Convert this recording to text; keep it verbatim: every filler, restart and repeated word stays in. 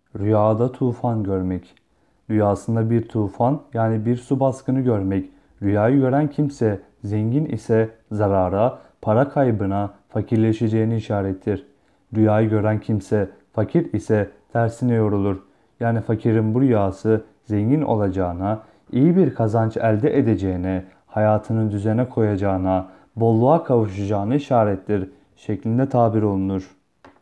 Rüyada tufan görmek. Rüyasında bir tufan yani bir su baskını görmek. Rüyayı gören kimse zengin ise zarara, para kaybına, fakirleşeceğini işarettir. Rüyayı gören kimse fakir ise tersine yorulur. Yani fakirin bu rüyası zengin olacağına, iyi bir kazanç elde edeceğine, hayatını düzene koyacağına, bolluğa kavuşacağını işarettir şeklinde tabir olunur.